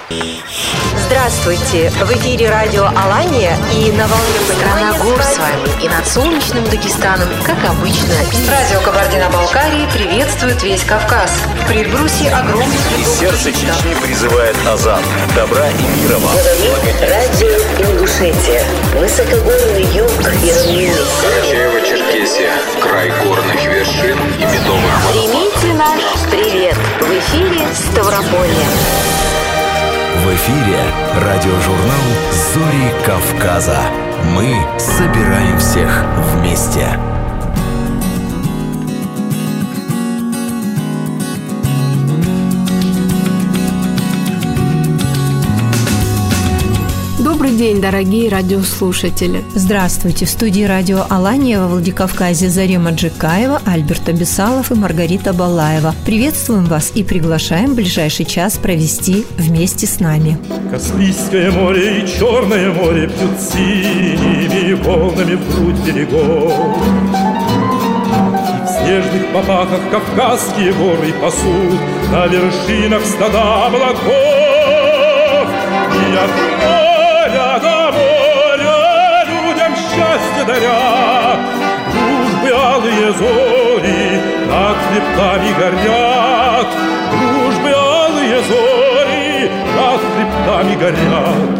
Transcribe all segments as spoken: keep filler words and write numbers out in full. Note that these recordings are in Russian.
Здравствуйте! В эфире радио Алания и на волне страна гор с вами и над солнечным Дагестаном, как обычно. Радио Кабардино-Балкарии приветствует весь Кавказ. В предбрусье огромных из сердца Чечни призывает азан. Добра и мира вам. Радио Ингушетия. Высокогорный юг и равнины. Карачаево-Черкесия. Край горных вершин и медовых водопадов. Примите наш привет. В эфире Ставрополье. В эфире радиожурнал «Зори Кавказа». Мы собираем всех вместе. Добрый день, дорогие радиослушатели! Здравствуйте! В студии радио Алания во Владикавказе Зарема Джикаева, Альберт Абисалов и Маргарита Балаева. Приветствуем вас и приглашаем в ближайший час провести вместе с нами. Каспийское море и Черное море пьют синими волнами в грудь берегов. И в снежных попахах Кавказские горы пасут на вершинах стада облаков. И от до моря людям счастье даря, дружбы алые зори над хребтами горят, дружбы алые зори над хребтами горят.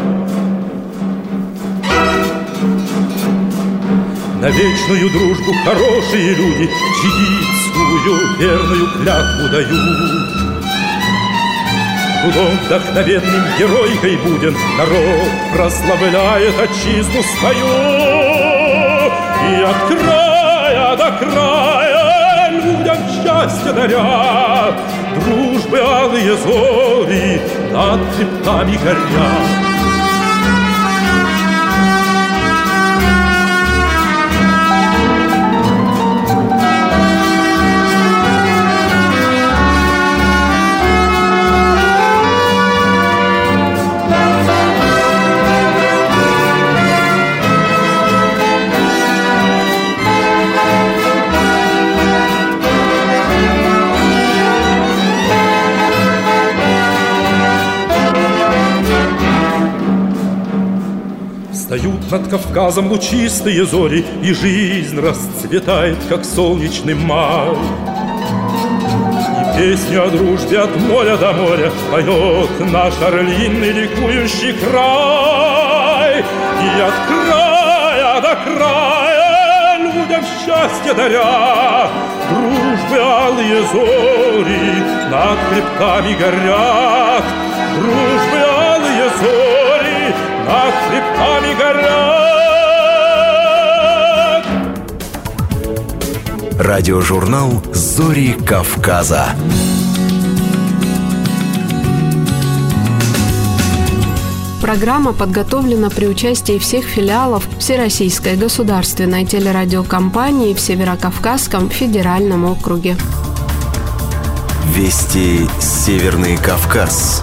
На вечную дружбу хорошие люди чигитскую верную клятву дают. Трудом вдохновенным геройкой будем народ прославляет отчизну свою. И от края до края людям счастье даря, дружбы алые зори над хребтами горят. Встают над Кавказом лучистые зори, и жизнь расцветает, как солнечный май. И песню о дружбе от моря до моря поет наш орлиный ликующий край. И от края до края людям счастье даря, дружбы алые зори над хребтами горят, дружбы алые зори над хребтами горят. Радиожурнал «Зори Кавказа». Программа подготовлена при участии всех филиалов Всероссийской государственной телерадиокомпании в Северокавказском федеральном округе. Вести Северный Кавказ.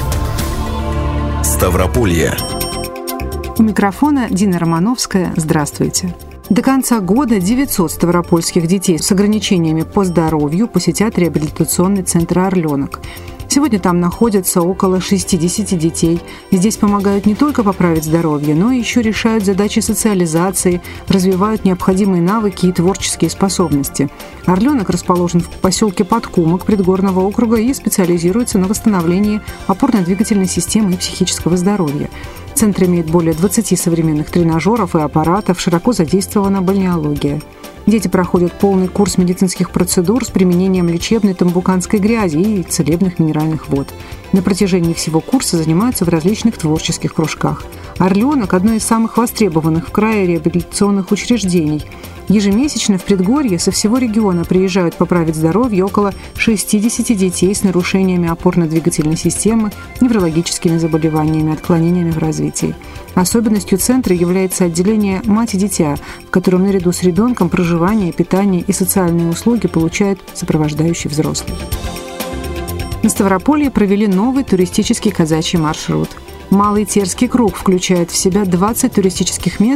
Ставрополье. У микрофона Дина Романовская. Здравствуйте. До конца года девятьсот ставропольских детей с ограничениями по здоровью посетят реабилитационный центр «Орленок». Сегодня там находятся около шестьдесят детей. Здесь помогают не только поправить здоровье, но и еще решают задачи социализации, развивают необходимые навыки и творческие способности. «Орленок» расположен в поселке Подкумок Предгорного округа и специализируется на восстановлении опорно-двигательной системы и психического здоровья. Центр имеет более двадцати современных тренажеров и аппаратов, широко задействована бальнеология. Дети проходят полный курс медицинских процедур с применением лечебной тамбуканской грязи и целебных минеральных вод. На протяжении всего курса занимаются в различных творческих кружках. «Орленок» – одно из самых востребованных в крае реабилитационных учреждений. Ежемесячно в предгорье со всего региона приезжают поправить здоровье около шестидесяти детей с нарушениями опорно-двигательной системы, неврологическими заболеваниями, отклонениями в развитии. Особенностью центра является отделение «Мать и дитя», в котором наряду с ребенком проживание, питание и социальные услуги получает сопровождающий взрослый. На Ставрополье провели новый туристический казачий маршрут. Малый Терский круг включает в себя двадцать туристических мест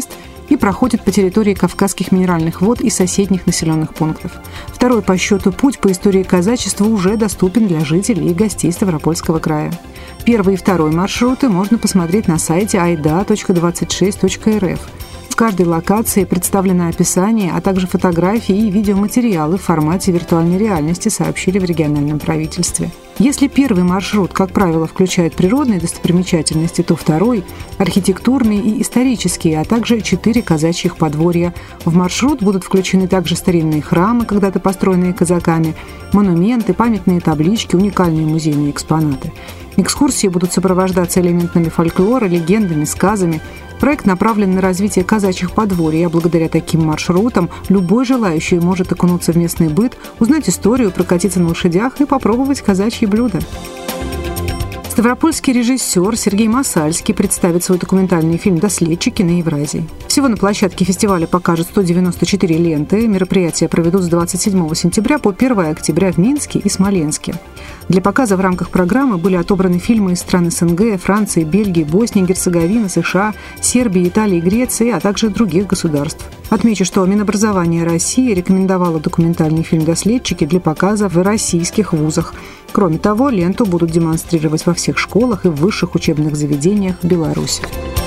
и проходит по территории Кавказских минеральных вод и соседних населенных пунктов. Второй по счету путь по истории казачества уже доступен для жителей и гостей Ставропольского края. Первый и второй маршруты можно посмотреть на сайте айда точка двадцать шесть точка эр эф. В каждой локации представлено описание, а также фотографии и видеоматериалы в формате виртуальной реальности, сообщили в региональном правительстве. Если первый маршрут, как правило, включает природные достопримечательности, то второй – архитектурные и исторические, а также четыре казачьих подворья. В маршрут будут включены также старинные храмы, когда-то построенные казаками, монументы, памятные таблички, уникальные музейные экспонаты. Экскурсии будут сопровождаться элементами фольклора, легендами, сказами. Проект направлен на развитие казачьих подворий, а благодаря таким маршрутам любой желающий может окунуться в местный быт, узнать историю, прокатиться на лошадях и попробовать казачьи блюда. Ставропольский режиссер Сергей Масальский представит свой документальный фильм «Доследчики» на Евразии. Всего на площадке фестиваля покажут сто девяносто четыре ленты. Мероприятия проведут с двадцать седьмого сентября по первого октября в Минске и Смоленске. Для показа в рамках программы были отобраны фильмы из стран эс эн гэ, Франции, Бельгии, Боснии, Герцеговины, США, Сербии, Италии, Греции, а также других государств. Отмечу, что Минобразование России рекомендовало документальный фильм «Доследчики» для показа в российских вузах. Кроме того, ленту будут демонстрировать во всех школах и в высших учебных заведениях Беларуси.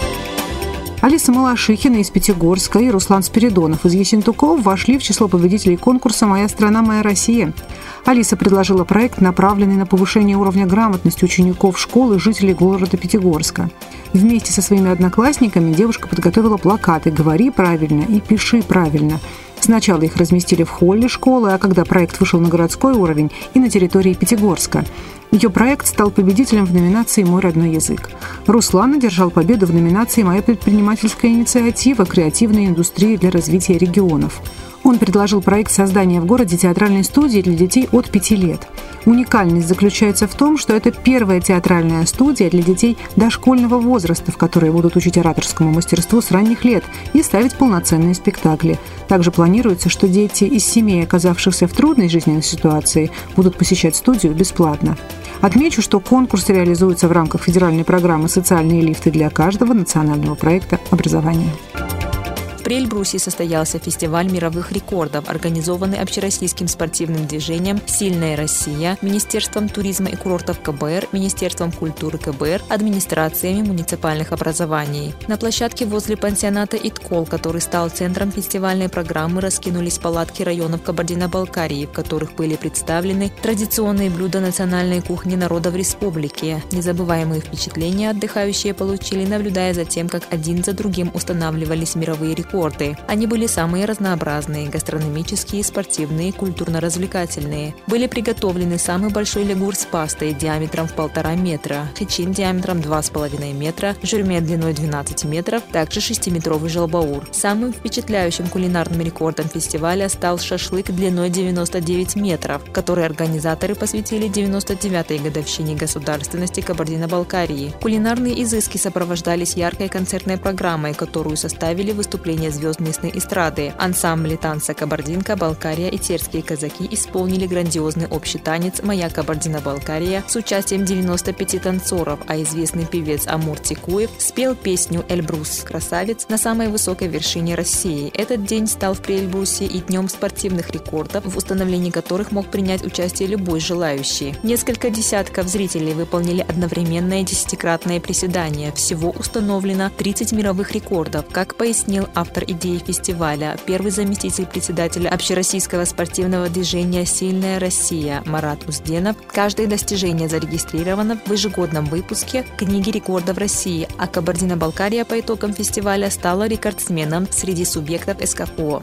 Алиса Малашихина из Пятигорска и Руслан Спиридонов из Ессентуков вошли в число победителей конкурса «Моя страна, моя Россия». Алиса предложила проект, направленный на повышение уровня грамотности учеников школы и жителей города Пятигорска. Вместе со своими одноклассниками девушка подготовила плакаты «Говори правильно» и «Пиши правильно». Сначала их разместили в холле школы, а когда проект вышел на городской уровень, и на территории Пятигорска. Ее проект стал победителем в номинации «Мой родной язык». Руслан одержал победу в номинации «Моя предпринимательская инициатива. Креативная индустрия для развития регионов». Он предложил проект создания в городе театральной студии для детей от пяти лет. Уникальность заключается в том, что это первая театральная студия для детей дошкольного возраста, в которой будут учить ораторскому мастерству с ранних лет и ставить полноценные спектакли. Также планируется, что дети из семей, оказавшихся в трудной жизненной ситуации, будут посещать студию бесплатно. Отмечу, что конкурс реализуется в рамках федеральной программы «Социальные лифты для каждого» национального проекта образования. В Приэльбрусе состоялся фестиваль мировых рекордов, организованный общероссийским спортивным движением «Сильная Россия», Министерством туризма и курортов ка бэ эр, Министерством культуры ка бэ эр, администрациями муниципальных образований. На площадке возле пансионата «Иткол», который стал центром фестивальной программы, раскинулись палатки районов Кабардино-Балкарии, в которых были представлены традиционные блюда национальной кухни народов республики. Незабываемые впечатления отдыхающие получили, наблюдая за тем, как один за другим устанавливались мировые рекорды. Они были самые разнообразные – гастрономические, спортивные, культурно-развлекательные. Были приготовлены самый большой лягур с пастой диаметром в полтора метра, хечин диаметром два с половиной метра, журме длиной двенадцать метров, также шестиметровый жалбаур. Самым впечатляющим кулинарным рекордом фестиваля стал шашлык длиной девяносто девять метров, который организаторы посвятили девяносто девятой годовщине государственности Кабардино-Балкарии. Кулинарные изыски сопровождались яркой концертной программой, которую составили выступления звезд местной эстрады. Ансамбли танца «Кабардинка», «Балкария» и терские казаки исполнили грандиозный общий танец «Моя Кабардино-Балкария» с участием девяноста пяти танцоров, а известный певец Амур Тикуев спел песню «Эльбрус. Красавец» на самой высокой вершине России. Этот день стал в Приэльбрусе и днем спортивных рекордов, в установлении которых мог принять участие любой желающий. Несколько десятков зрителей выполнили одновременное десятикратное приседание. Всего установлено тридцать мировых рекордов, как пояснил автор идеи фестиваля, первый заместитель председателя общероссийского спортивного движения «Сильная Россия» Марат Узденов. Каждое достижение зарегистрировано в ежегодном выпуске книги рекордов России, а Кабардино-Балкария по итогам фестиваля стала рекордсменом среди субъектов эс ка эф о.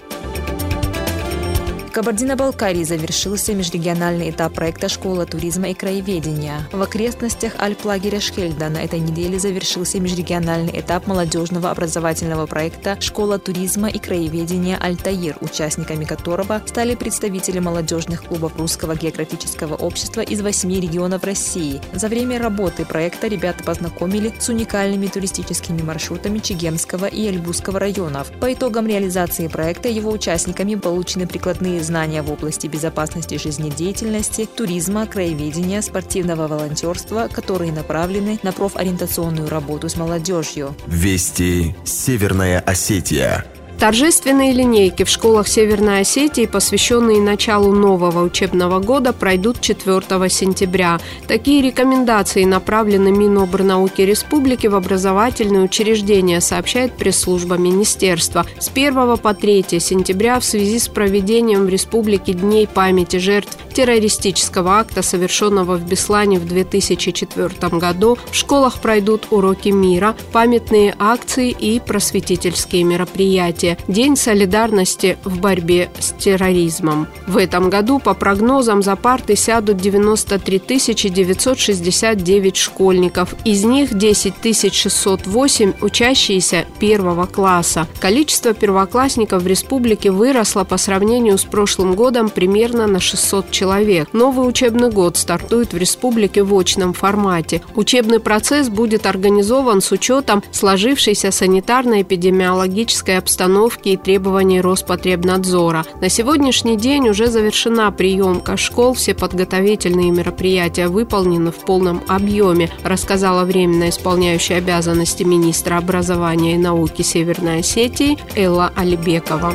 В Кабардино-Балкарии завершился межрегиональный этап проекта «Школа туризма и краеведения». В окрестностях альплагеря Шхельда на этой неделе завершился межрегиональный этап молодежного образовательного проекта «Школа туризма и краеведения Альтаир», участниками которого стали представители молодежных клубов Русского географического общества из восьми регионов России. За время работы проекта ребята познакомили с уникальными туристическими маршрутами Чегемского и Эльбрусского районов. По итогам реализации проекта его участниками получены прикладные знания в области безопасности жизнедеятельности, туризма, краеведения, спортивного волонтерства, которые направлены на профориентационную работу с молодежью. Вести Северная Осетия. Торжественные линейки в школах Северной Осетии, посвященные началу нового учебного года, пройдут четвёртого сентября. Такие рекомендации направлены Минобрнауки Республики в образовательные учреждения, сообщает пресс-служба министерства. С первого по третье сентября в связи с проведением в республике Дней памяти жертв террористического акта, совершенного в Беслане в две тысячи четвёртом году, в школах пройдут уроки мира, памятные акции и просветительские мероприятия. День солидарности в борьбе с терроризмом. В этом году, по прогнозам, за парты сядут девяносто три тысячи девятьсот шестьдесят девять школьников. Из них десять тысяч шестьсот восемь учащиеся первого класса. Количество первоклассников в республике выросло по сравнению с прошлым годом примерно на шестьсот человек. Новый учебный год стартует в республике в очном формате. Учебный процесс будет организован с учетом сложившейся санитарно-эпидемиологической обстановки и требований Роспотребнадзора. На сегодняшний день уже завершена приемка школ, все подготовительные мероприятия выполнены в полном объеме, рассказала временно исполняющая обязанности министра образования и науки Северной Осетии Элла Алибекова.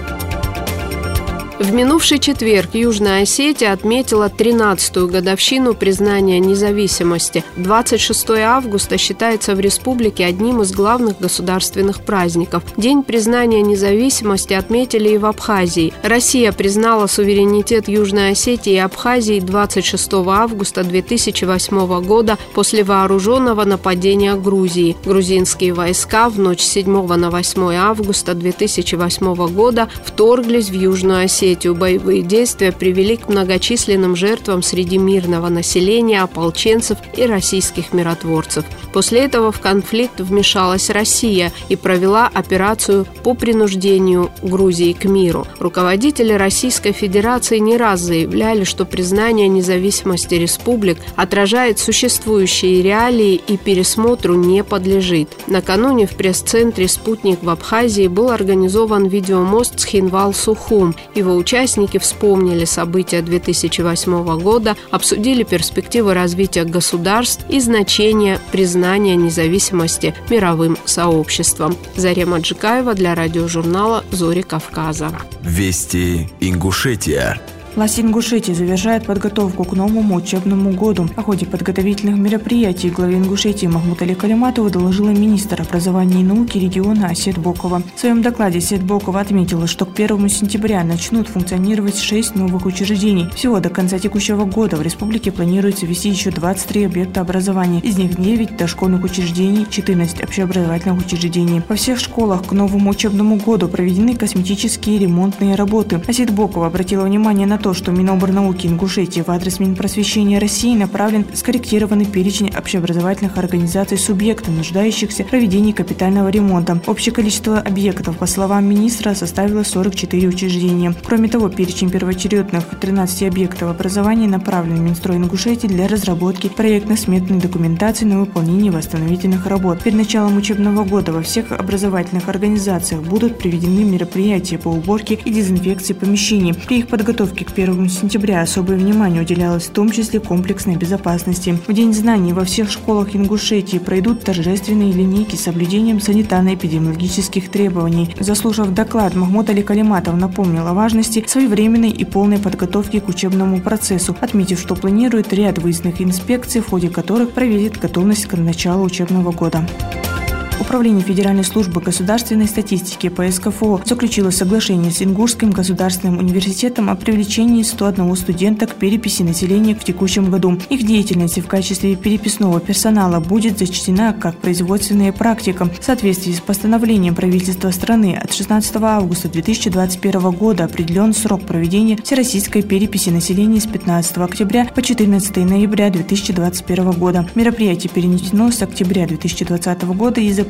В минувший четверг Южная Осетия отметила тринадцатую годовщину признания независимости. двадцать шестое августа считается в республике одним из главных государственных праздников. День признания независимости отметили и в Абхазии. Россия признала суверенитет Южной Осетии и Абхазии двадцать шестого августа две тысячи восьмого года после вооруженного нападения Грузии. Грузинские войска в ночь с седьмого на восьмое августа две тысячи восьмого года вторглись в Южную Осетию. Боевые действия привели к многочисленным жертвам среди мирного населения, ополченцев и российских миротворцев. После этого в конфликт вмешалась Россия и провела операцию по принуждению Грузии к миру. Руководители Российской Федерации не раз заявляли, что признание независимости республик отражает существующие реалии и пересмотру не подлежит. Накануне в пресс-центре «Спутник» в Абхазии был организован видеомост Цхинвал-Сухум. Его участники вспомнили события две тысячи восьмого года, обсудили перспективы развития государств и значение признания независимости мировым сообществом. Зарема Джикаева для радиожурнала «Зори Кавказа». Вести Ингушетия. Власти Ингушетии завершают подготовку к новому учебному году. О ходе подготовительных мероприятий главе Ингушетии Махмутали Калиматову доложила министр образования и науки региона Асет Бокова. В своем докладе Асет Бокова отметила, что к первому сентября начнут функционировать шесть новых учреждений. Всего до конца текущего года в республике планируется ввести еще двадцать три объекта образования. Из них девять дошкольных учреждений, четырнадцать общеобразовательных учреждений. Во всех школах к новому учебному году проведены косметические ремонтные работы. Асет Бокова обратила внимание на то, что Минобрнауки Ингушетии в адрес Минпросвещения России направлен скорректированный перечень общеобразовательных организаций субъектов, нуждающихся в проведении капитального ремонта. Общее количество объектов, по словам министра, составило сорок четыре учреждения. Кроме того, перечень первоочередных тринадцати объектов образования направлен в Минстрой Ингушетии для разработки проектно-сметной документации на выполнение восстановительных работ. Перед началом учебного года во всех образовательных организациях будут проведены мероприятия по уборке и дезинфекции помещений. При их подготовке к первому сентября особое внимание уделялось в том числе комплексной безопасности. В День знаний во всех школах Ингушетии пройдут торжественные линейки с соблюдением санитарно-эпидемиологических требований. Заслушав доклад, Махмутали Калиматов напомнил о важности своевременной и полной подготовки к учебному процессу, отметив, что планирует ряд выездных инспекций, в ходе которых проверит готовность к началу учебного года. Управление Федеральной службы государственной статистики по эс ка эф о заключило соглашение с Ингушским государственным университетом о привлечении ста одного студента к переписи населения в текущем году. Их деятельность в качестве переписного персонала будет зачтена как производственная практика. В соответствии с постановлением правительства страны от шестнадцатого августа две тысячи двадцать первого года определен срок проведения всероссийской переписи населения с пятнадцатого октября по четырнадцатое ноября две тысячи двадцать первого года. Мероприятие перенесено с октября две тысячи двадцатого года из-за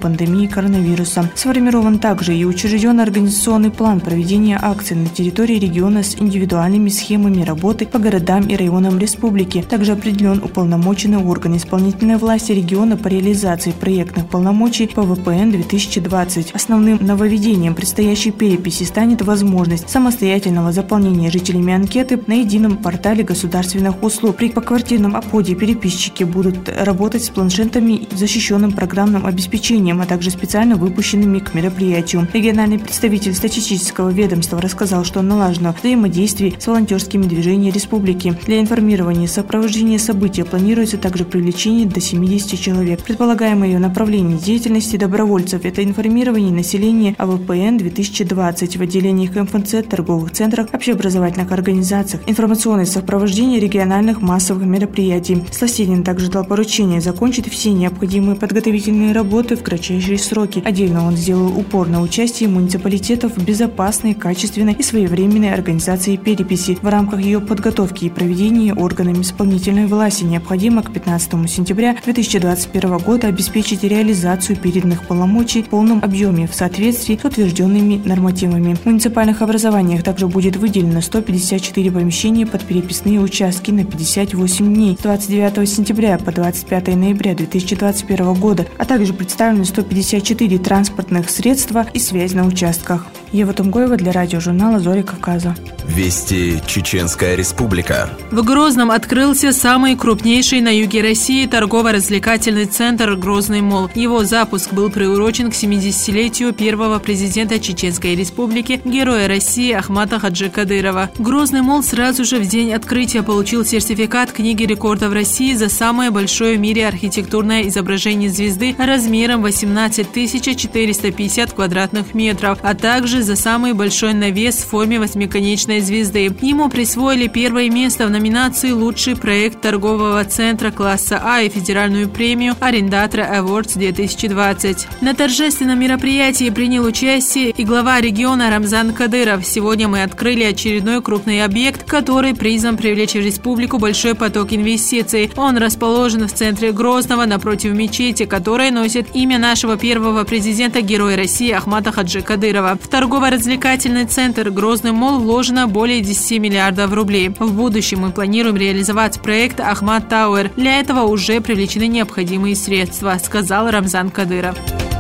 пандемии коронавируса. Сформирован также и учрежден организационный план проведения акций на территории региона с индивидуальными схемами работы по городам и районам республики. Также определен уполномоченный орган исполнительной власти региона по реализации проектных полномочий по вэ пэ эн две тысячи двадцать. Основным нововведением предстоящей переписи станет возможность самостоятельного заполнения жителями анкеты на едином портале государственных услуг. При поквартирном обходе переписчики будут работать с планшетами с защищенным программным обеспечением, а также специально выпущенными к мероприятию. Региональный представитель статистического ведомства рассказал, что налажено взаимодействие с волонтерскими движениями республики. Для информирования и сопровождения события планируется также привлечение до семидесяти человек. Предполагаемое направление деятельности добровольцев – это информирование населения о вэ пэ эн две тысячи двадцать в отделениях эм эф цэ, торговых центрах, общеобразовательных организациях, информационное сопровождение региональных массовых мероприятий. Сластенин также дал поручение закончить все необходимые подготовительные работы в кратчайшие сроки. Отдельно он сделал упор на участие муниципалитетов в безопасной, качественной и своевременной организации переписи. В рамках ее подготовки и проведения органами исполнительной власти необходимо к пятнадцатому сентября две тысячи двадцать первого года обеспечить реализацию переданных полномочий в полном объеме в соответствии с утвержденными нормативами. В муниципальных образованиях также будет выделено сто пятьдесят четыре помещения под переписные участки на пятьдесят восемь дней с двадцать девятого сентября по двадцать пятого ноября две тысячи двадцать первого года, а также представлены сто пятьдесят четыре транспортных средства и связь на участках. Ева Тумгоева для радиожурнала «Зори Кавказа». Вести Чеченская Республика. В Грозном открылся самый крупнейший на юге России торгово-развлекательный центр «Грозный молл». Его запуск был приурочен к семидесятилетию первого президента Чеченской Республики, героя России Ахмата Хаджи Кадырова. «Грозный молл» сразу же в день открытия получил сертификат книги рекордов России за самое большое в мире архитектурное изображение звезды размером восемнадцать тысяч четыреста пятьдесят квадратных метров, а также за самый большой навес в форме восьмиконечной звезды. Ему присвоили первое место в номинации «Лучший проект торгового центра класса А» и федеральную премию «Арендатора Awards две тысячи двадцать». На торжественном мероприятии принял участие и глава региона Рамзан Кадыров. Сегодня мы открыли очередной крупный объект, который призван привлечь в республику большой поток инвестиций. Он расположен в центре Грозного, напротив мечети, которая носит имя нашего первого президента, героя России Ахмата Хаджи Кадырова. В торгово-развлекательный центр «Грозный молл» вложено более десяти миллиардов рублей. В будущем мы планируем реализовать проект «Ахмат Тауэр». Для этого уже привлечены необходимые средства, сказал Рамзан Кадыров.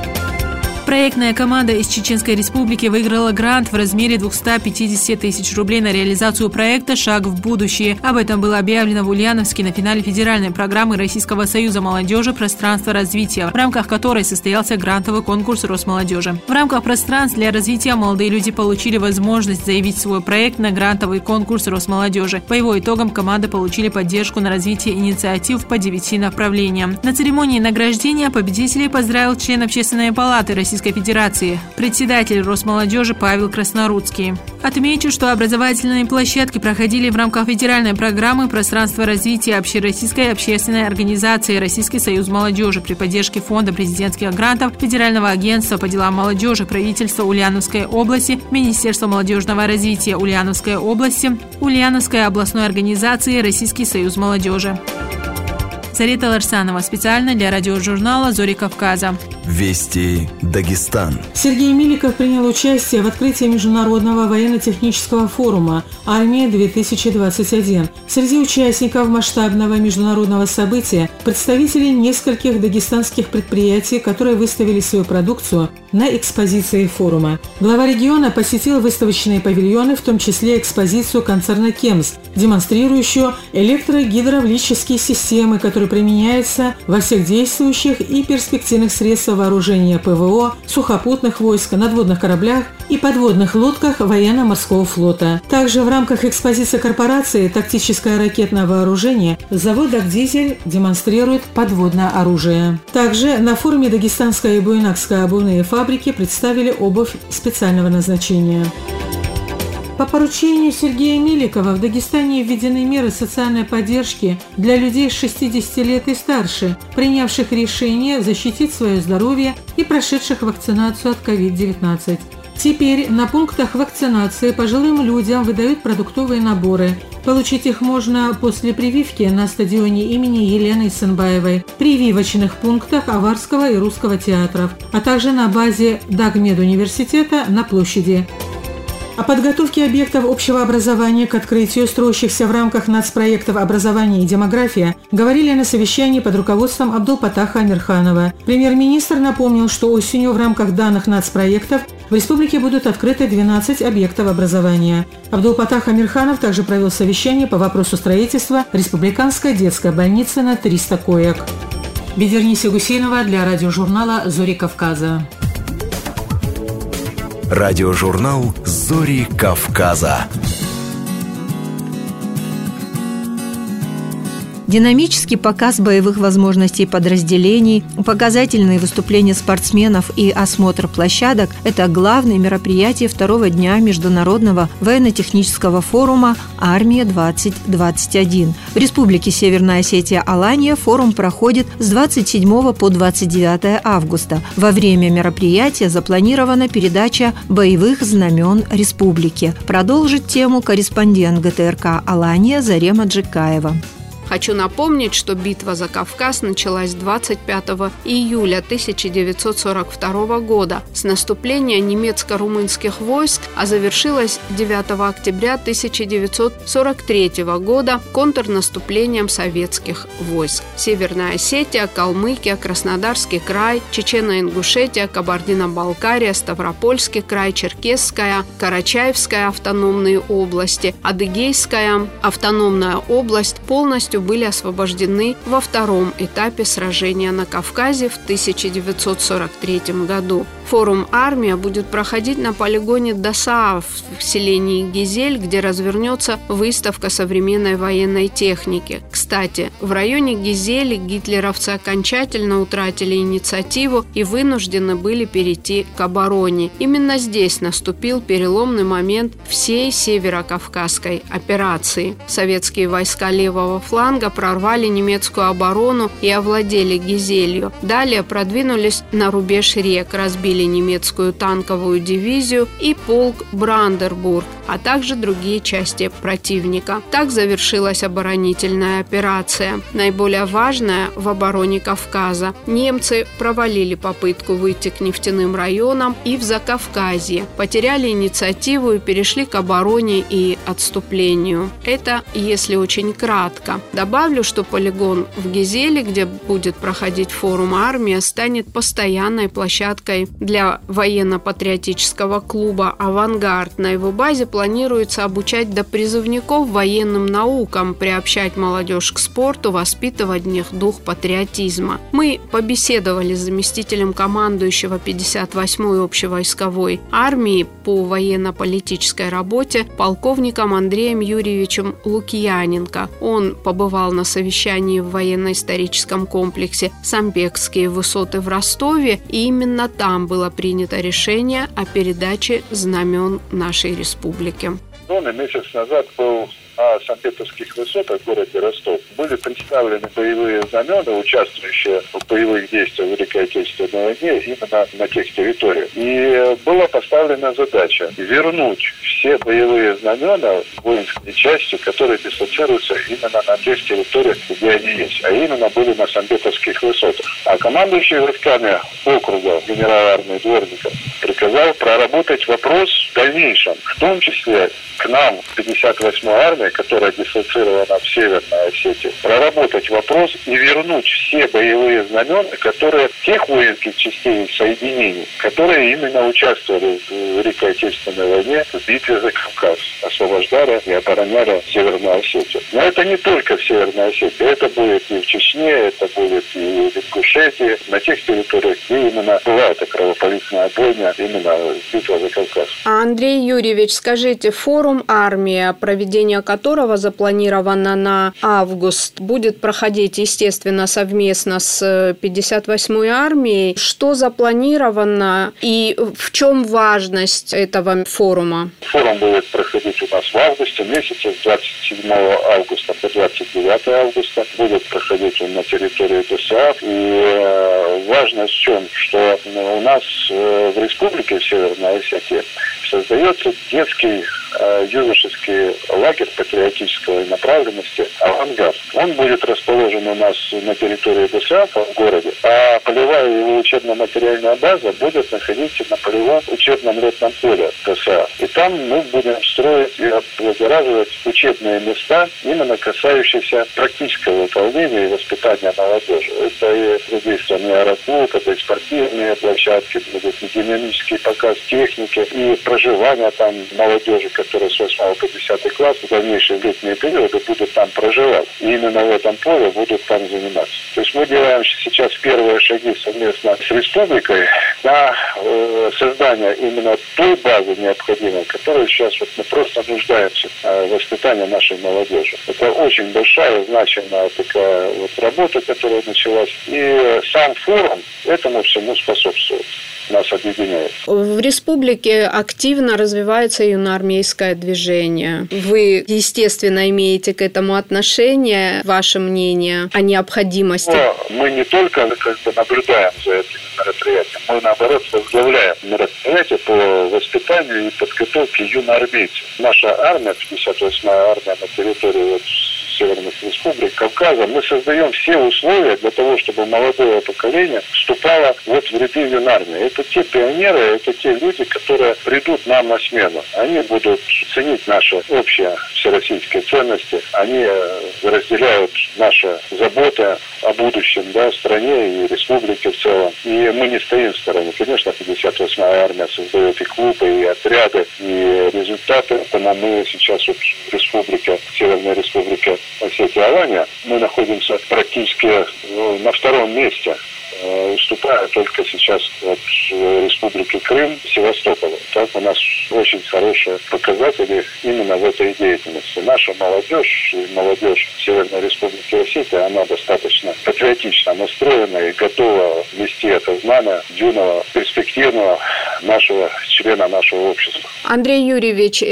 Проектная команда из Чеченской Республики выиграла грант в размере двухсот пятидесяти тысяч рублей на реализацию проекта «Шаг в будущее». Об этом было объявлено в Ульяновске на финале федеральной программы Российского союза молодежи «Пространство развития», в рамках которой состоялся грантовый конкурс Росмолодежи. В рамках пространств для развития молодые люди получили возможность заявить свой проект на грантовый конкурс Росмолодежи. По его итогам команды получили поддержку на развитие инициатив по девяти направлениям. На церемонии награждения победителей поздравил член Общественной палаты Российской Федерации, председатель Росмолодежи Павел Краснорудский. Отмечу, что образовательные площадки проходили в рамках федеральной программы «Пространство развития» общероссийской общественной организации «Российский союз молодежи» при поддержке Фонда президентских грантов, Федерального агентства по делам молодежи, правительства Ульяновской области, Министерства молодежного развития Ульяновской области, Ульяновской областной организации «Российский союз молодежи». Зарита Ларсанова специально для радиожурнала «Зори Кавказа». Вести Дагестан. Сергей Миликов принял участие в открытии Международного военно-технического форума «Армия-две тысячи двадцать один». Среди участников масштабного международного события представители нескольких дагестанских предприятий, которые выставили свою продукцию на экспозиции форума. Глава региона посетил выставочные павильоны, в том числе экспозицию концерна «Кемс», демонстрирующую электрогидравлические системы, которые применяются во всех действующих и перспективных средствах вооружения ПВО, сухопутных войск, надводных кораблях и подводных лодках военно-морского флота. Также в рамках экспозиции корпорации «Тактическое ракетное вооружение» завод «Дагдизель» демонстрирует подводное оружие. Также на форуме Дагестанской и Буйнакской обувные фабрики представили обувь специального назначения. По поручению Сергея Миликова в Дагестане введены меры социальной поддержки для людей шестидесяти лет и старше, принявших решение защитить свое здоровье и прошедших вакцинацию от ковид девятнадцать. Теперь на пунктах вакцинации пожилым людям выдают продуктовые наборы. Получить их можно после прививки на стадионе имени Елены Исенбаевой, прививочных пунктах Аварского и Русского театров, а также на базе Дагмедуниверситета на площади. О подготовке объектов общего образования к открытию строящихся в рамках нацпроектов «Образование и демография» говорили на совещании под руководством Абдулпатаха Амирханова. Премьер-министр напомнил, что осенью в рамках данных нацпроектов в республике будут открыты двенадцать объектов образования. Абдулпатах Амирханов также провел совещание по вопросу строительства республиканской детской больницы на триста коек. Бедерниса Гусейнова для радиожурнала «Зори Кавказа». Радиожурнал «Зори Кавказа». Динамический показ боевых возможностей подразделений, показательные выступления спортсменов и осмотр площадок – это главные мероприятия второго дня Международного военно-технического форума «Армия-двадцать двадцать один». В Республике Северная Осетия Алания форум проходит с двадцать седьмого по двадцать девятое августа. Во время мероприятия запланирована передача боевых знамен республики. Продолжит тему корреспондент ГТРК «Алания» Зарема Джикаева. Хочу напомнить, что битва за Кавказ началась двадцать пятого июля тысяча девятьсот сорок второго года с наступления немецко-румынских войск, а завершилась девятого октября тысяча девятьсот сорок третьего года контрнаступлением советских войск. Северная Осетия, Калмыкия, Краснодарский край, Чечено-Ингушетия, Кабардино-Балкария, Ставропольский край, Черкесская, Карачаевская автономные области, Адыгейская автономная область полностью были освобождены во втором этапе сражения на Кавказе в тысяча девятьсот сорок третьем году. Форум «Армия» будет проходить на полигоне Досааф в селении Гизель, где развернется выставка современной военной техники. Кстати, в районе Гизели гитлеровцы окончательно утратили инициативу и вынуждены были перейти к обороне. Именно здесь наступил переломный момент всей северокавказской операции. Советские войска левого фланга прорвали немецкую оборону и овладели Гизелью. Далее продвинулись на рубеж рек, разбили немецкую танковую дивизию и полк Брандербург, а также другие части противника. Так завершилась оборонительная операция. Наиболее важная в обороне Кавказа. Немцы провалили попытку выйти к нефтяным районам и в Закавказье, потеряли инициативу и перешли к обороне и отступлению. Это если очень кратко. Добавлю, что полигон в Гизеле, где будет проходить форум «Армия», станет постоянной площадкой для военно-патриотического клуба «Авангард». На его базе планируется обучать допризывников военным наукам, приобщать молодежь к спорту, воспитывать в них дух патриотизма. Мы побеседовали с заместителем командующего пятьдесят восьмой общевойсковой армии по военно-политической работе полковником Андреем Юрьевичем Лукьяненко. Он побывал на совещании в военно-историческом комплексе «Самбекские высоты» в Ростове, и именно там было принято решение о передаче знамен нашей республики. Месяц назад был на Самбековских высотах в городе Ростов. Были представлены боевые знамена, участвующие в боевых действиях в Великой Отечественной войне именно на тех территориях. И была поставлена задача вернуть все боевые знамена воинской части, которые дислоцируются именно на тех территориях, где они есть, а именно были на Самбековских высотах. А командующий войсками округа генерал армии Дворников приказал проработать вопрос в дальнейшем, в том числе к нам, пятьдесят восьмой армии, которая дислоцирована в Северной Осетии, проработать вопрос и вернуть все боевые знамена, которые тех воинских частей и соединений, которые именно участвовали в Великой Отечественной войне, в битве за Кавказ, освобождали и обороняли Северную Осетию. Но это не только в Северной Осетии, это будет и в Чечне, это будет и в Ингушетии, на тех территориях, где именно была эта кровопролитная бойня, именно битва за Кавказ. А Андрей Юрьевич, скажите, форум «Армия», проведение которого запланировано на август, будет проходить, естественно, совместно с пятьдесят восьмой армией. Что запланировано и в чем важность этого форума? Форум будет проходить у нас в августе месяце, с двадцать седьмого августа по двадцать девятое августа. Будет проходить он на территории Досааф. И важность в чем? Что у нас в республике в Северной Осетии создается детский э, юношеский лагерь патриотической направленности «Авангард». Он будет расположен у нас на территории ДСАФа в городе, а полевая его учебно-материальная база будет находиться на полевом учебном летном поле ДСА. И там мы будем строить и облагораживать учебные места, именно касающиеся практического выполнения и воспитания молодежи. Это и задействование аэроклуб, это и спортивные площадки, будут и динамический показ техники, и проживание там молодежи, которая с восьмого по десятый класс в дальнейшие летние периоды будут там проживать. И именно в этом поле будут там заниматься. То есть мы делаем сейчас первые шаги совместно с республикой на э, создание именно той базы необходимой, которую сейчас вот мы просто нуждаемся э, в воспитании нашей молодежи. Это очень большая, значимая такая вот работа, которая началась. И сам форум этому всему способствует. Нас объединяет. В республике активно развивается юноармейское движение. Вы, естественно, имеете к этому отношение. Ваше мнение о необходимости? Но мы не только как бы наблюдаем за этим мероприятием, мы, наоборот, возглавляем мероприятие по воспитанию и подготовке юноармейцев. Наша армия, пятьдесят восьмая армия на территории вот северных республик Кавказа, мы создаем все условия для того, чтобы молодое поколение вступало вот в ряды юнармии. Это те пионеры, это те люди, которые придут нам на смену. Они будут ценить наши общие всероссийские ценности, они разделяют наши заботы о будущем, да, стране и республике в целом. И мы не стоим в стороне. Конечно, пятьдесят восьмая армия создает и клубы, и отряды, и результаты. Поэтому мы сейчас вот в республике, Северной республике Осетия Алания, мы находимся практически ну, на втором месте, уступая только сейчас от Республики Крым, Севастополя. Так у нас очень хорошие показатели именно в этой деятельности. Наша молодежь, молодежь Северной Республики Осетия, она достаточно патриотично настроена и готова вести это знамя юного, перспективного нашего члена нашего общества. Андрей Юрьевич,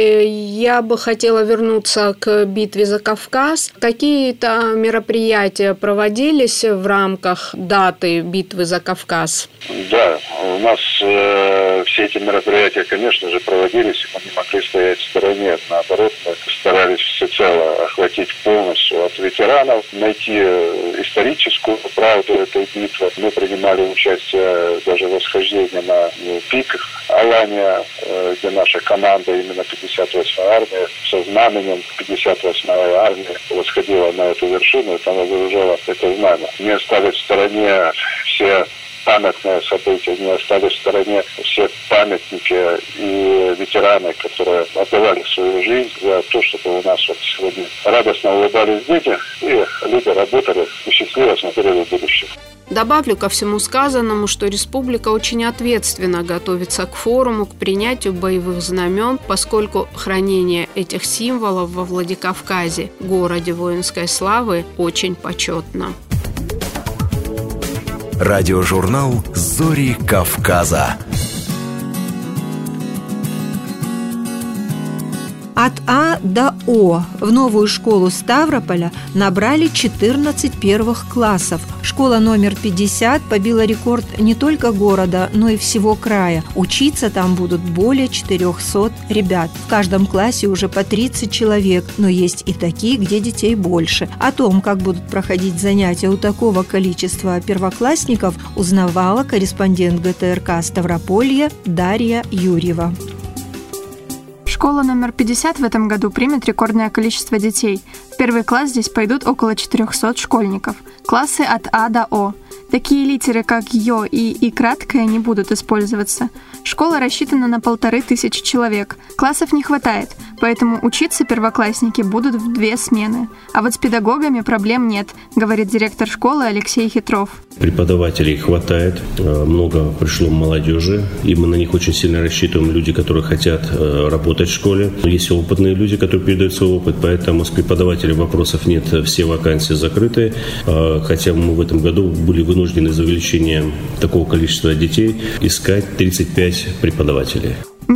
я бы хотела вернуться к битве за Кавказ. Какие-то мероприятия проводились в рамках даты битвы за Кавказ? Да, у нас э, все эти мероприятия, конечно же, проводились, мы не могли стоять в стороне. Наоборот, мы старались всецело охватить полностью от ветеранов, найти историческую правду этой битвы. Мы принимали участие даже в восхождении на пик Алания, э, где наша команда, именно пятьдесят восьмая армия, со знаменем пятьдесят восьмая армия восходила на эту вершину, и там выражала это знамя. Не остались в стороне все памятные события, не остались в стороне все памятники и ветераны, которые отдавали свою жизнь за то, чтобы у нас вот сегодня радостно улыбались дети, и люди работали и счастливо смотрели в будущее. Добавлю ко всему сказанному, что республика очень ответственно готовится к форуму, к принятию боевых знамен, поскольку хранение этих символов во Владикавказе, городе воинской славы, очень почетно. Радиожурнал «Зори Кавказа». От А до О в новую школу Ставрополя набрали четырнадцать первых классов. Школа номер пятьдесят побила рекорд не только города, но и всего края. Учиться там будут более четырехсот ребят. В каждом классе уже по тридцать человек, но есть и такие, где детей больше. О том, как будут проходить занятия у такого количества первоклассников, узнавала корреспондент ГТРК Ставрополья Дарья Юрьева. Школа номер пятьдесят в этом году примет рекордное количество детей. В первый класс здесь пойдут около четырехсот школьников. Классы от А до О. Такие литеры, как Ё и И краткое, не будут использоваться. Школа рассчитана на полторы тысячи человек. Классов не хватает, поэтому учиться первоклассники будут в две смены. А вот с педагогами проблем нет, говорит директор школы Алексей Хитров. Преподавателей хватает, много пришло молодежи, и мы на них очень сильно рассчитываем, люди, которые хотят работать в школе. Есть опытные люди, которые передают свой опыт, поэтому с преподавателей вопросов нет, все вакансии закрыты, хотя мы в этом году были вынуждены за увеличение такого количества детей искать тридцать пять преподавателей. Не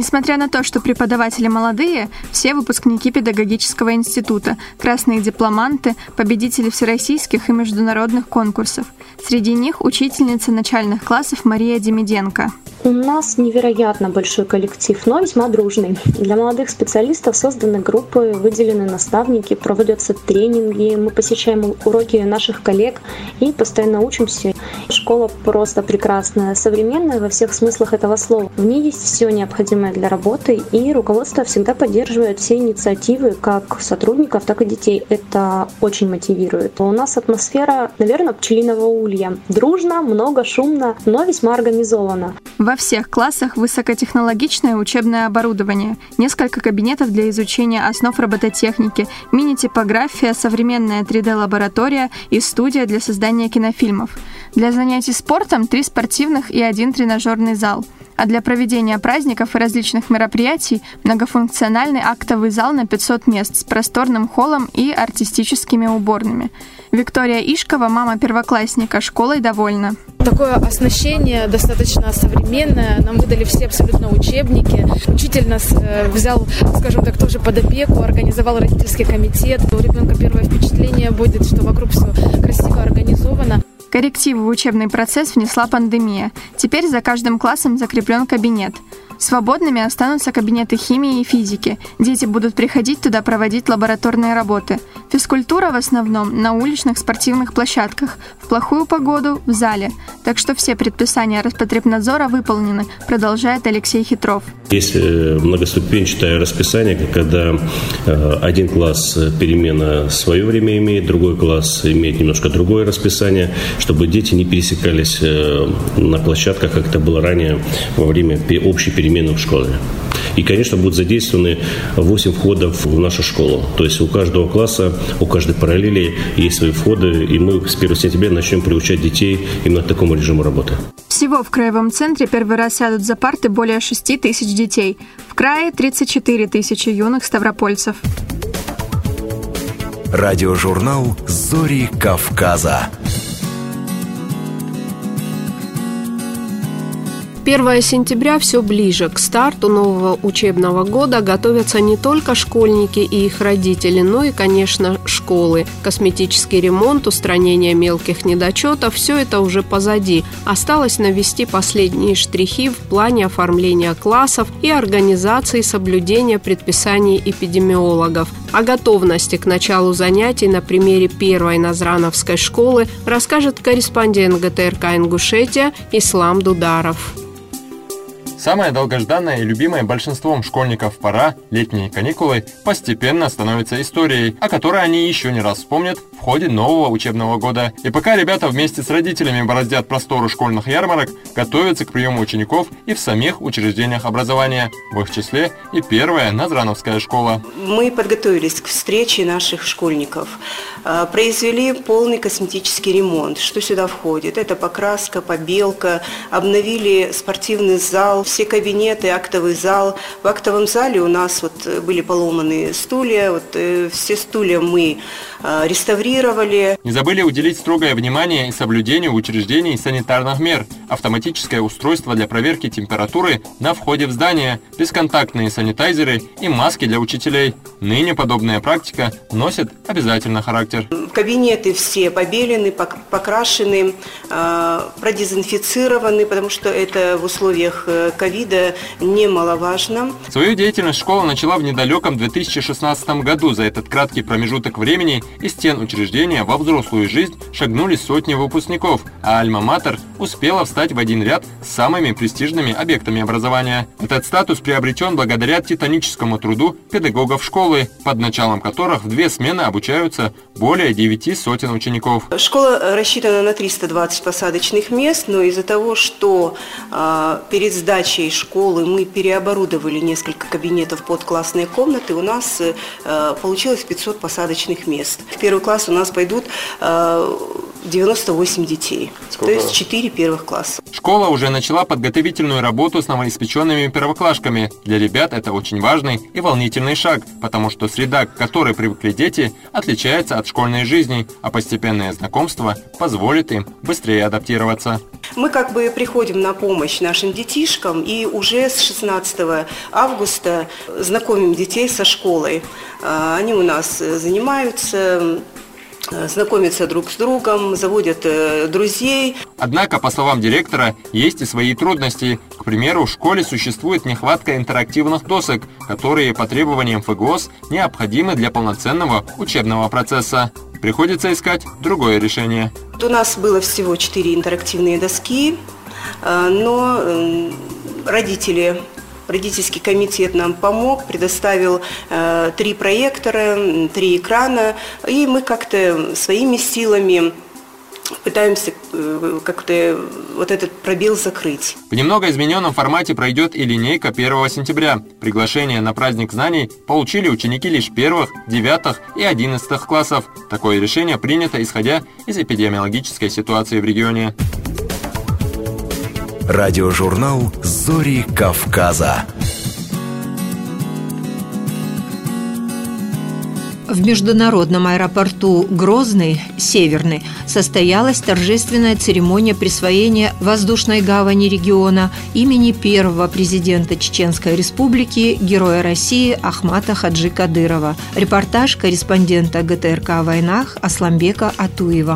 Несмотря на то, что преподаватели молодые, все выпускники педагогического института, красные дипломанты, победители всероссийских и международных конкурсов. Среди них учительница начальных классов Мария Демиденко. У нас невероятно большой коллектив, но весьма дружный. Для молодых специалистов созданы группы, выделены наставники, проводятся тренинги, мы посещаем уроки наших коллег и постоянно учимся. Школа просто прекрасная, современная во всех смыслах этого слова. В ней есть все необходимое для работы, и руководство всегда поддерживает все инициативы как сотрудников, так и детей. Это очень мотивирует. У нас атмосфера, наверное, пчелиного улья. Дружно, много, шумно, но весьма организованно. Во всех классах высокотехнологичное учебное оборудование, несколько кабинетов для изучения основ робототехники, мини-типография, современная три дэ-лаборатория и студия для создания кинофильмов. Для занятий спортом три спортивных и один тренажерный зал. А для проведения праздников и различных мероприятий многофункциональный актовый зал на пятьсот мест с просторным холлом и артистическими уборными. Виктория Ишкова, мама первоклассника, школой довольна. Такое оснащение достаточно современное. Нам выдали все абсолютно учебники. Учитель нас взял, скажем так, тоже под опеку, организовал родительский комитет. У ребенка первое впечатление будет, что вокруг все красиво организовано. Коррективы в учебный процесс внесла пандемия. Теперь за каждым классом закреплен кабинет. Свободными останутся кабинеты химии и физики. Дети будут приходить туда проводить лабораторные работы. Физкультура в основном на уличных спортивных площадках, в плохую погоду – в зале. Так что все предписания Роспотребнадзора выполнены, продолжает Алексей Хитров. Есть многоступенчатое расписание, когда один класс перемена свое время имеет, другой класс имеет немножко другое расписание, чтобы дети не пересекались на площадках, как это было ранее во время общей перемены в школе. И, конечно, будут задействованы восемь входов в нашу школу. То есть у каждого класса, у каждой параллели есть свои входы, и мы с первого сентября начнем приучать детей именно к такому режиму работы. Всего в краевом центре первый раз сядут за парты более шести тысяч детей. В крае тридцать четыре тысячи юных ставропольцев. Радиожурнал «Зори Кавказа». первое сентября все ближе. К старту нового учебного года готовятся не только школьники и их родители, но и, конечно, школы. Косметический ремонт, устранение мелких недочетов – все это уже позади. Осталось навести последние штрихи в плане оформления классов и организации соблюдения предписаний эпидемиологов. О готовности к началу занятий на примере первой Назрановской школы расскажет корреспондент гэ тэ эр ка «Ингушетия» Ислам Дударов. Самая долгожданная и любимая большинством школьников пора, летние каникулы, постепенно становится историей, о которой они еще не раз вспомнят в ходе нового учебного года. И пока ребята вместе с родителями бороздят просторы школьных ярмарок, готовятся к приему учеников и в самих учреждениях образования, в их числе и первая Назрановская школа. Мы подготовились к встрече наших школьников, произвели полный косметический ремонт. Что сюда входит? Это покраска, побелка, обновили спортивный зал, все кабинеты, актовый зал. В актовом зале у нас вот были поломаны стулья, вот, э, все стулья мы э, реставрировали. Не забыли уделить строгое внимание и соблюдению учреждений санитарных мер. Автоматическое устройство для проверки температуры на входе в здание, бесконтактные санитайзеры и маски для учителей. Ныне подобная практика носит обязательно характер. Кабинеты все побелены, покрашены, э, продезинфицированы, потому что это в условиях ковида немаловажно. Свою деятельность школа начала в недалеком две тысячи шестнадцатом году. За этот краткий промежуток времени из стен учреждения во взрослую жизнь шагнули сотни выпускников, а Альма-Матер успела встать в один ряд с самыми престижными объектами образования. Этот статус приобретен благодаря титаническому труду педагогов школы, под началом которых в две смены обучаются более девяти сотен учеников. Школа рассчитана на триста двадцать посадочных мест, но из-за того, что э, перед сдачей школы мы переоборудовали несколько кабинетов под классные комнаты, у нас э, получилось пятьсот посадочных мест. В первый класс у нас пойдут э, девяносто восемь детей, Сколько? То есть четыре первых класса. Школа уже начала подготовительную работу с новоиспеченными первоклашками. Для ребят это очень важный и волнительный шаг, потому что среда, к которой привыкли дети, отличается от школьной жизни, а постепенное знакомство позволит им быстрее адаптироваться. Мы как бы приходим на помощь нашим детишкам и уже с шестнадцатого августа знакомим детей со школой. Они у нас занимаются, знакомятся друг с другом, заводят друзей. Однако, по словам директора, есть и свои трудности. К примеру, в школе существует нехватка интерактивных досок, которые по требованиям ФГОС необходимы для полноценного учебного процесса. Приходится искать другое решение. У нас было всего четыре интерактивные доски, но родители... Родительский комитет нам помог, предоставил э, три проектора, три экрана, и мы как-то своими силами пытаемся э, как-то вот этот пробел закрыть. В немного измененном формате пройдет и линейка первого сентября. Приглашение на праздник знаний получили ученики лишь первых, девятых и одиннадцатых классов. Такое решение принято, исходя из эпидемиологической ситуации в регионе. Радиожурнал «Зори Кавказа». В международном аэропорту Грозный, Северный, состоялась торжественная церемония присвоения воздушной гавани региона имени первого президента Чеченской Республики, Героя России Ахмата Хаджи Кадырова. Репортаж корреспондента ГТРК о войнах Асламбека Атуева.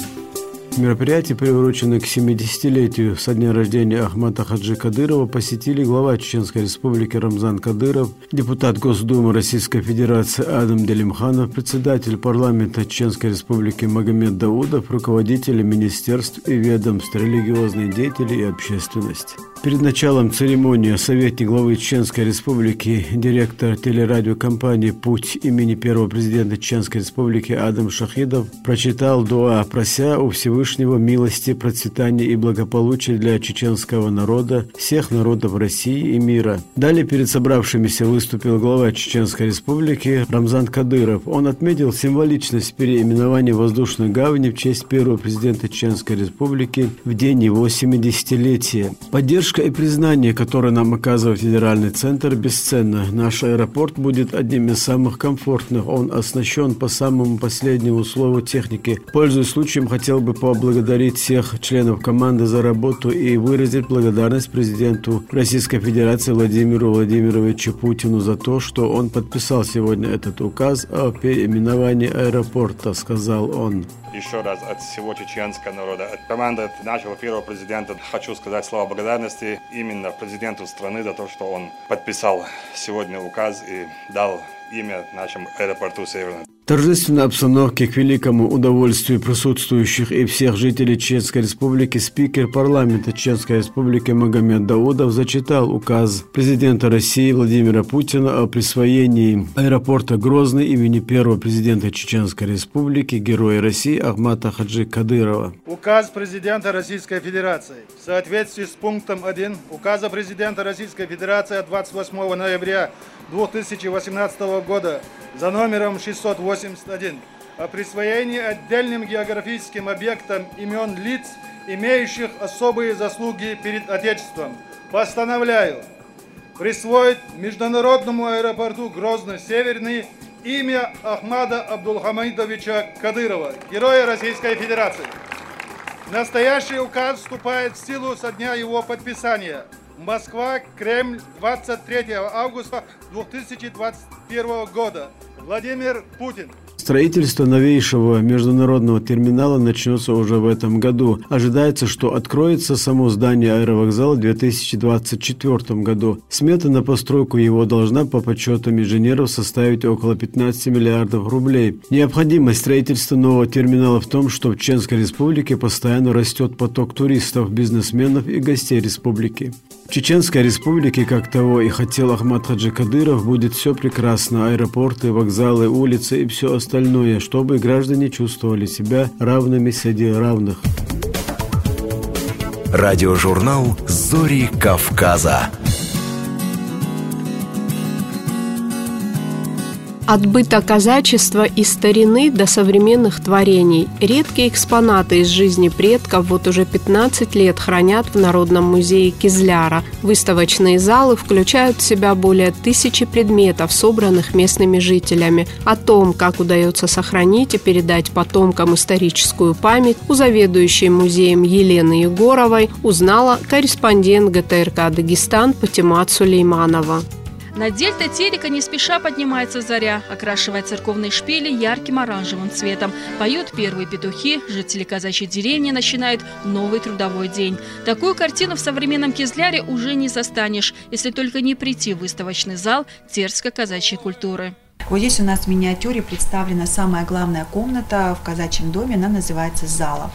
Мероприятие, приуроченное к семидесятилетию со дня рождения Ахмата Хаджи Кадырова, посетили глава Чеченской Республики Рамзан Кадыров, депутат Госдумы Российской Федерации Адам Делимханов, председатель парламента Чеченской Республики Магомед Даудов, руководители министерств и ведомств, религиозные деятели и общественность. Перед началом церемонии советник главы Чеченской Республики, директор телерадиокомпании «Путь» имени первого президента Чеченской Республики Адам Шахидов прочитал дуа, прося у Всевышнего милости, процветания и благополучия для чеченского народа, всех народов России и мира. Далее перед собравшимися выступил глава Чеченской Республики Рамзан Кадыров. Он отметил символичность переименования воздушной гавани в честь первого президента Чеченской Республики в день его семидесятилетия. Поддержка и признание, которое нам оказывает федеральный центр, бесценно. Наш аэропорт будет одним из самых комфортных. Он оснащен по самому последнему слову техники. Пользуясь случаем, хотел бы поблагодарить всех членов команды за работу и выразить благодарность президенту Российской Федерации Владимиру Владимировичу Путину за то, что он подписал сегодня этот указ о переименовании аэропорта, сказал он. Еще раз от всего чеченского народа, от команды нашего первого президента хочу сказать слова благодарности именно президенту страны за то, что он подписал сегодня указ и дал имя нашему аэропорту Северный. В торжественной обстановке к великому удовольствию присутствующих и всех жителей Чеченской Республики спикер парламента Чеченской Республики Магомед Даудов зачитал указ президента России Владимира Путина о присвоении аэропорта Грозный имени первого президента Чеченской Республики, Героя России Ахмата Хаджи Кадырова. Указ президента Российской Федерации в соответствии с пунктом один указа президента Российской Федерации от двадцать восьмого ноября две тысячи восемнадцатого года за номером шестьсот восемьдесят один о присвоении отдельным географическим объектам имен лиц, имеющих особые заслуги перед Отечеством, постановляю присвоить международному аэропорту Грозно-Северный имя Ахмада Абдулхамидовича Кадырова, Героя Российской Федерации. Настоящий указ вступает в силу со дня его подписания. Москва, Кремль, двадцать третьего августа две тысячи двадцать первого года. Владимир Путин. Строительство новейшего международного терминала начнется уже в этом году. Ожидается, что откроется само здание аэровокзала в две тысячи двадцать четвёртом году. Смета на постройку его должна, по подсчетам инженеров, составить около пятнадцати миллиардов рублей. Необходимость строительства нового терминала в том, что в Чеченской Республике постоянно растет поток туристов, бизнесменов и гостей республики. В Чеченской Республике, как того и хотел Ахмат Хаджи Кадыров, будет все прекрасно. Аэропорты, вокзалы, улицы и все остальное, чтобы граждане чувствовали себя равными среди равных. Радиожурнал «Зори Кавказа». От быта казачества и старины до современных творений редкие экспонаты из жизни предков вот уже пятнадцать лет хранят в Народном музее Кизляра. Выставочные залы включают в себя более тысячи предметов, собранных местными жителями. О том, как удается сохранить и передать потомкам историческую память, у заведующей музеем Елены Егоровой узнала корреспондент гэ тэ эр ка «Дагестан» Патимат Сулейманова. Над дельтой Терека не спеша поднимается заря, окрашивая церковные шпили ярким оранжевым цветом. Поют первые петухи, жители казачьей деревни начинают новый трудовой день. Такую картину в современном Кизляре уже не застанешь, если только не прийти в выставочный зал Терской казачьей культуры. Вот здесь у нас в миниатюре представлена самая главная комната в казачьем доме, она называется зала.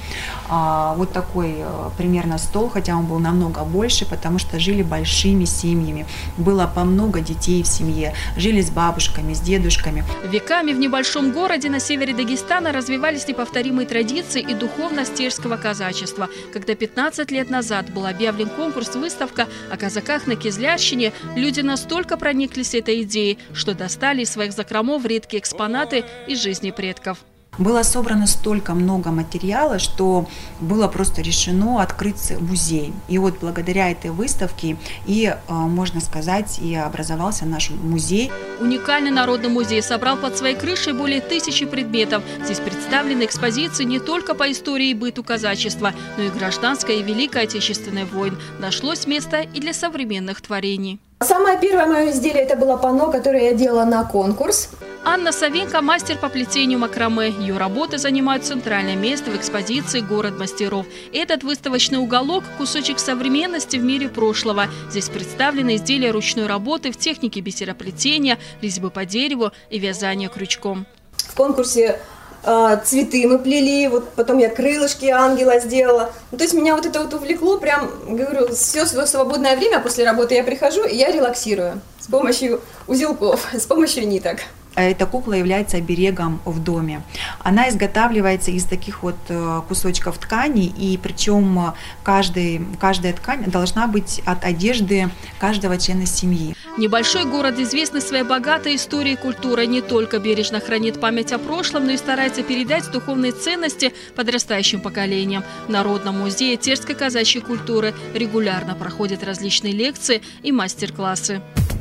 Вот такой примерно стол, хотя он был намного больше, потому что жили большими семьями. Было по много детей в семье, жили с бабушками, с дедушками. Веками в небольшом городе на севере Дагестана развивались неповторимые традиции и духовность терского казачества. Когда пятнадцать лет назад был объявлен конкурс-выставка о казаках на Кизлярщине, люди настолько прониклись этой идеей, что достали из своих закромов редкие экспонаты из жизни предков. Было собрано столько много материала, что было просто решено открыть музей. И вот благодаря этой выставке и, можно сказать, и образовался наш музей. Уникальный народный музей собрал под своей крышей более тысячи предметов. Здесь представлены экспозиции не только по истории и быту казачества, но и гражданской и Великой Отечественной войн. Нашлось место и для современных творений. Самое первое мое изделие – это было панно, которое я делала на конкурс. Анна Савенко – мастер по плетению макраме. Ее работы занимают центральное место в экспозиции «Город мастеров». Этот выставочный уголок – кусочек современности в мире прошлого. Здесь представлены изделия ручной работы в технике бисероплетения, резьбы по дереву и вязания крючком. В конкурсе э, цветы мы плели, вот потом я крылышки ангела сделала. Ну, то есть меня вот это вот увлекло, прям, говорю, все свое свободное время после работы я прихожу и я релаксирую с помощью узелков, с помощью ниток. Эта кукла является оберегом в доме. Она изготавливается из таких вот кусочков ткани, и причем каждый, каждая ткань должна быть от одежды каждого члена семьи. Небольшой город, известный своей богатой историей и культурой, не только бережно хранит память о прошлом, но и старается передать духовные ценности подрастающим поколениям. В Народном музее терской казачьей культуры регулярно проходят различные лекции и мастер-классы.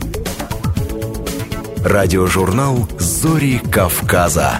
Радиожурнал «Зори Кавказа».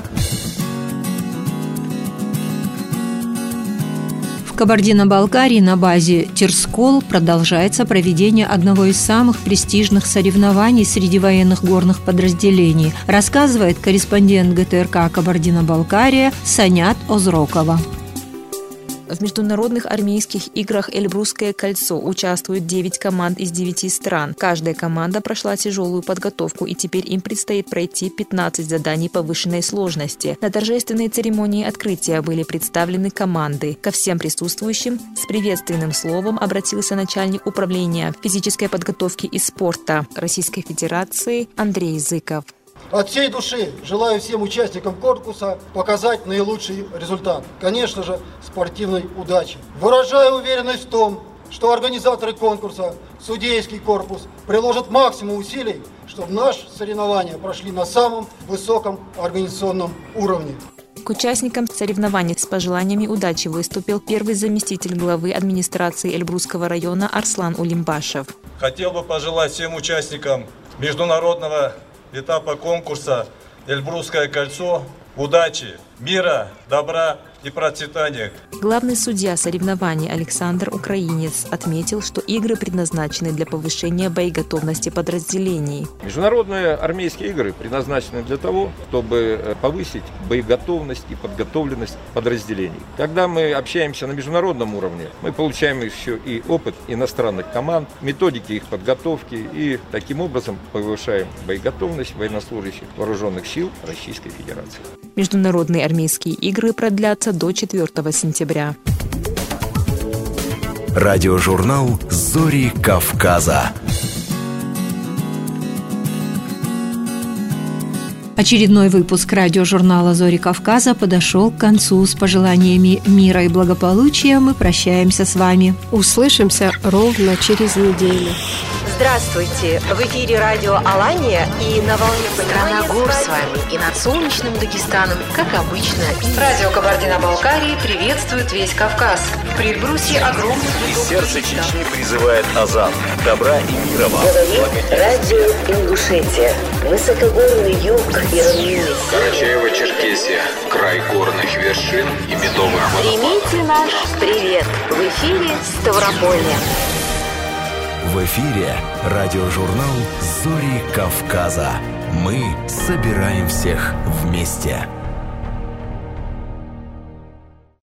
В Кабардино-Балкарии на базе Терскол продолжается проведение одного из самых престижных соревнований среди военных горных подразделений, рассказывает корреспондент гэ тэ эр ка Кабардино-Балкария Санят Озрокова. В международных армейских играх «Эльбрусское кольцо» участвуют девять команд из девяти стран. Каждая команда прошла тяжелую подготовку, и теперь им предстоит пройти пятнадцать заданий повышенной сложности. На торжественной церемонии открытия были представлены команды. Ко всем присутствующим с приветственным словом обратился начальник управления физической подготовки и спорта Российской Федерации Андрей Зыков. От всей души желаю всем участникам конкурса показать наилучший результат. Конечно же, спортивной удачи. Выражаю уверенность в том, что организаторы конкурса, судейский корпус приложат максимум усилий, чтобы наши соревнования прошли на самом высоком организационном уровне. К участникам соревнований с пожеланиями удачи выступил первый заместитель главы администрации Эльбрусского района Арслан Улимбашев. Хотел бы пожелать всем участникам международного этапа конкурса «Эльбрусское кольцо» удачи, мира, добра и процветания. Главный судья соревнований Александр Украинец отметил, что игры предназначены для повышения боеготовности подразделений. Международные армейские игры предназначены для того, чтобы повысить боеготовность и подготовленность подразделений. Когда мы общаемся на международном уровне, мы получаем еще и опыт иностранных команд, методики их подготовки, и таким образом повышаем боеготовность военнослужащих вооруженных сил Российской Федерации. Международные армейские игры продлятся до четвёртого сентября. Радиожурнал «Зори Кавказа». Очередной выпуск радиожурнала «Зори Кавказа» подошел к концу. С пожеланиями мира и благополучия мы прощаемся с вами. Услышимся ровно через неделю. Здравствуйте! В эфире радио Алания и на волне «Страна гор» с вами и над солнечным Дагестаном, как обычно. Радио Кабардино-Балкарии приветствует весь Кавказ. В предбрусье огромных... Из сердца Чечни призывает азан. Добра и мира вам. Говорит радио Ингушетия. Высокогорный юг и равнины. Карачаево-Черкесия. Край горных вершин и медовых водопадов. Примите наш привет. В эфире Ставрополье. В эфире радиожурнал «Зори Кавказа». Мы собираем всех вместе.